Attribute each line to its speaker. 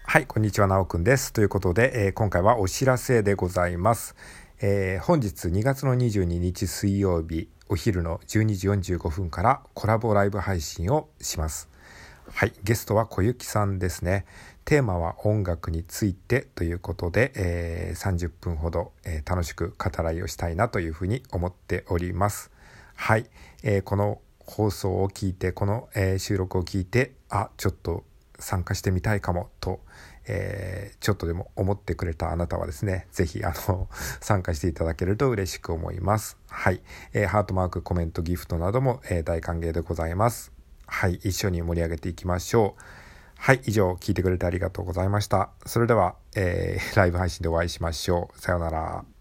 Speaker 1: はい、こんにちは、なおくんです。ということで、今回はお知らせでございます。本日2月の22日水曜日、お昼の12時45分からコラボライブ配信をします。はい、ゲストは小雪さんですね。テーマは音楽についてということで、30分ほど、楽しく語らいをしたいなというふうに思っております。はい、この放送を聞いて、この、収録を聞いて、ちょっと参加してみたいかもと、ちょっとでも思ってくれたあなたはですね、ぜひ参加していただけると嬉しく思います。はい、ハートマーク、コメント、ギフトなども、大歓迎でございます。はい、一緒に盛り上げていきましょう。はい、以上聞いてくれてありがとうございました。それでは、ライブ配信でお会いしましょう。さようなら。